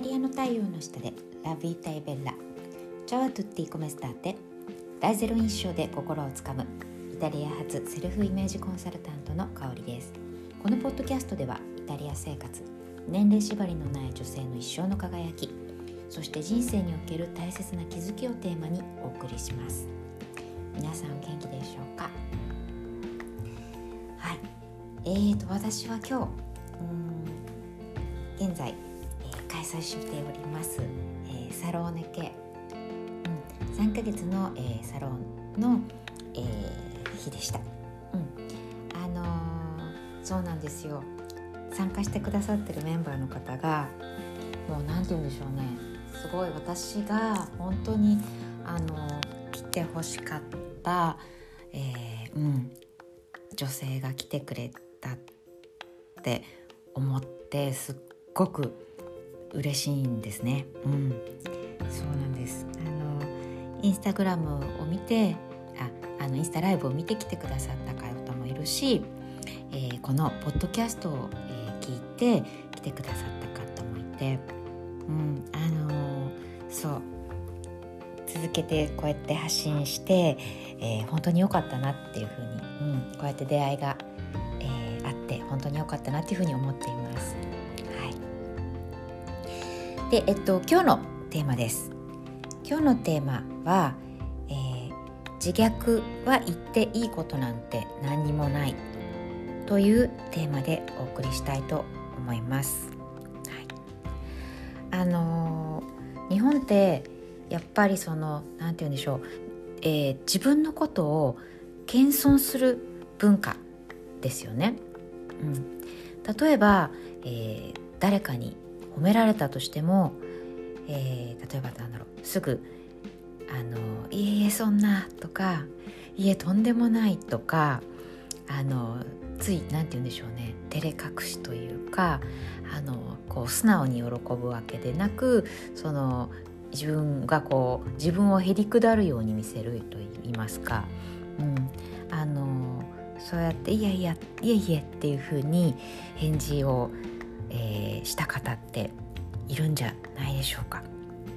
リアの太陽の下でラビータイベッラチャワトゥッティコメスターテ大ゼロ印象で心をつかむイタリア発セルフイメージコンサルタントの香りです。このポッドキャストではイタリア生活、年齢縛りのない女性の一生の輝き、そして人生における大切な気づきをテーマにお送りします。皆さんお元気でしょうか？はい、私は今日現在、開催しております、サローネ系、3ヶ月の、サロンの、日でした。そうなんですよ。参加してくださってるメンバーの方がもうなんて言うんでしょうね、すごい私が本当に来てほしかった、女性が来てくれたって思ってすっごく嬉しいんですね。そうなんです。インスタグラムを見てインスタライブを見て来てくださった方もいるし、このポッドキャストを、聞いて来てくださった方もいて、そう続けてこうやって発信して、本当に良かったなっていうふうに、こうやって出会いが、あって本当に良かったなっていうふうに思っています。はい。で、今日のテーマです。今日のテーマは、自虐は言っていいことなんて何にもないというテーマでお送りしたいと思います。はい、日本ってやっぱりなんて言うんでしょう、自分のことを謙遜する文化ですよね。例えば、誰かに褒められたとしても、例えばすぐいえそんなとか、いえとんでもないとか、ついなんて言うんでしょうね、照れ隠しというか、こう素直に喜ぶわけでなく、自分が自分をへりくだるように見せると言いますか、そうやっていえっていう風に返事を、した方っているんじゃないでしょうか。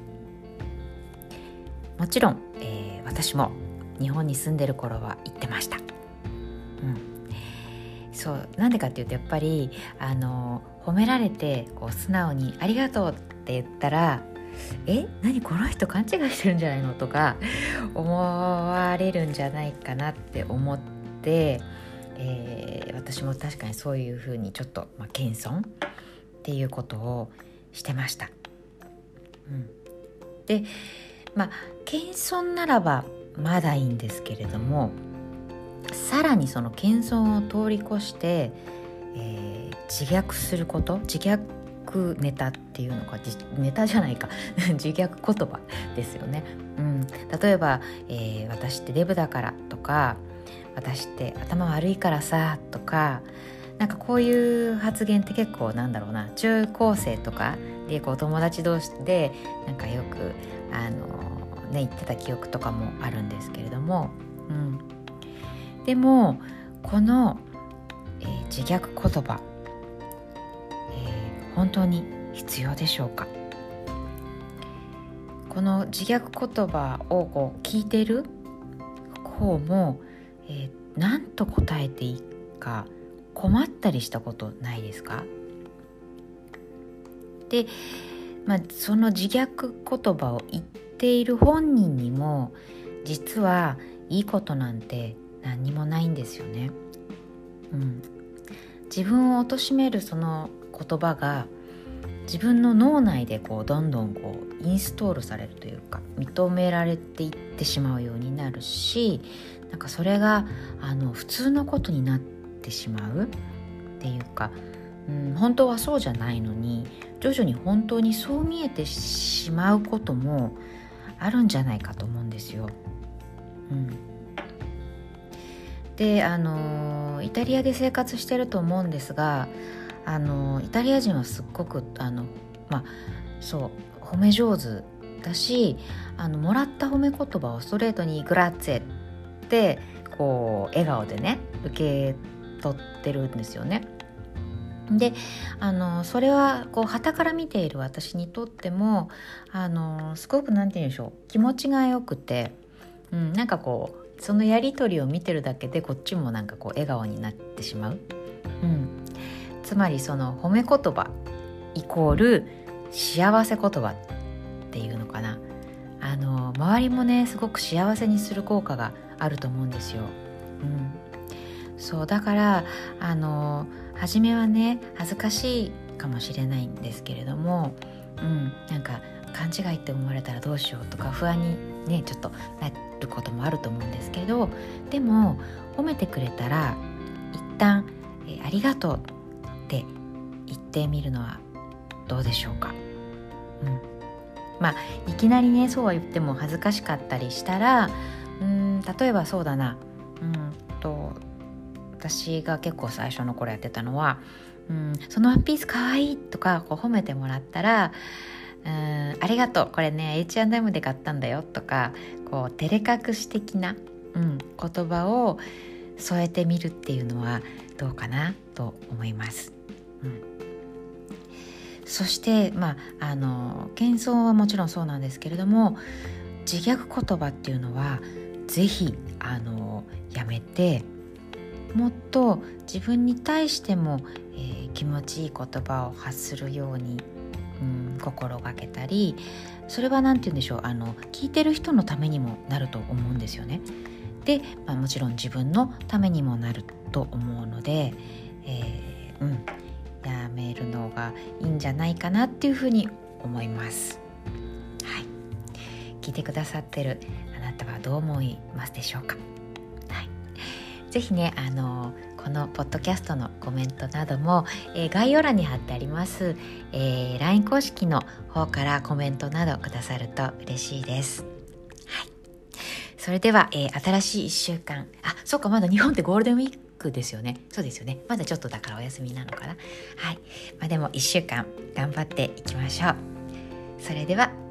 もちろん、私も日本に住んでる頃は言ってました。そうなんでかっていうと、やっぱり褒められて素直にありがとうって言ったら、何この人勘違いしてるんじゃないのとか思われるんじゃないかなって思って、私も確かにそういうふうにちょっと、謙遜っていうことをしてました。で、謙遜ならばまだいいんですけれども、さらにその謙遜を通り越して、自虐すること、自虐ネタっていうのか、ネタじゃないか自虐言葉ですよね。例えば、私ってデブだからとか、私って頭悪いからさとか、なんかこういう発言って結構中高生とかで友達同士でなんかよく言ってた記憶とかもあるんですけれども、でもこの、自虐言葉、本当に必要でしょうか？この自虐言葉を聞いている方も、何と答えていいか困ったりしたことないですか？で、その自虐言葉を言っている本人にも実はいいことなんて何にもないんですよね。自分を貶めるその言葉が自分の脳内でどんどんインストールされるというか、認められていってしまうようになるし、なんかそれが普通のことになってしまうっていうか、本当はそうじゃないのに徐々に本当にそう見えてしまうこともあるんじゃないかと思うんですよ。で、イタリアで生活してると思うんですが、イタリア人はすっごく褒め上手だし、もらった褒め言葉をストレートにグラッツェって笑顔でね受け取ってるんですよね。 でそれはこう傍から見ている私にとってもすごくなんて言うんでしょう、気持ちがよくて、なんかこうそのやり取りを見てるだけでこっちもなんかこう笑顔になってしまう、つまりその褒め言葉イコール幸せ言葉っていうのかな、周りもねすごく幸せにする効果があると思うんですよ。そうだから初めはね恥ずかしいかもしれないんですけれども、なんか勘違いって思われたらどうしようとか不安にねちょっとなることもあると思うんですけど、でも褒めてくれたら一旦ありがとうって言ってみるのはどうでしょうか。いきなりねそうは言っても恥ずかしかったりしたら、例えばそうだな、私が結構最初の頃やってたのは、そのワンピースかわいいとかこう褒めてもらったら、ありがとうこれね H&M で買ったんだよとか、こう照れ隠し的な、言葉を添えてみるっていうのはどうかなと思います。そして謙遜はもちろんそうなんですけれども、自虐言葉っていうのはぜひやめて、もっと自分に対しても、気持ちいい言葉を発するように、心がけたり、それはなんて言うんでしょう、聞いてる人のためにもなると思うんですよね。で、もちろん自分のためにもなると思うので、やめるのがいいんじゃないかなっていうふうに思います。聞いてくださってるあなたはどう思いますでしょうか。ぜひねこのポッドキャストのコメントなども、概要欄に貼ってあります、LINE 公式の方からコメントなどくださると嬉しいです。それでは、新しい1週間、そうかまだ日本ってゴールデンウィークですよね。そうですよね、まだちょっとだからお休みなのかな。でも1週間頑張っていきましょう。それでは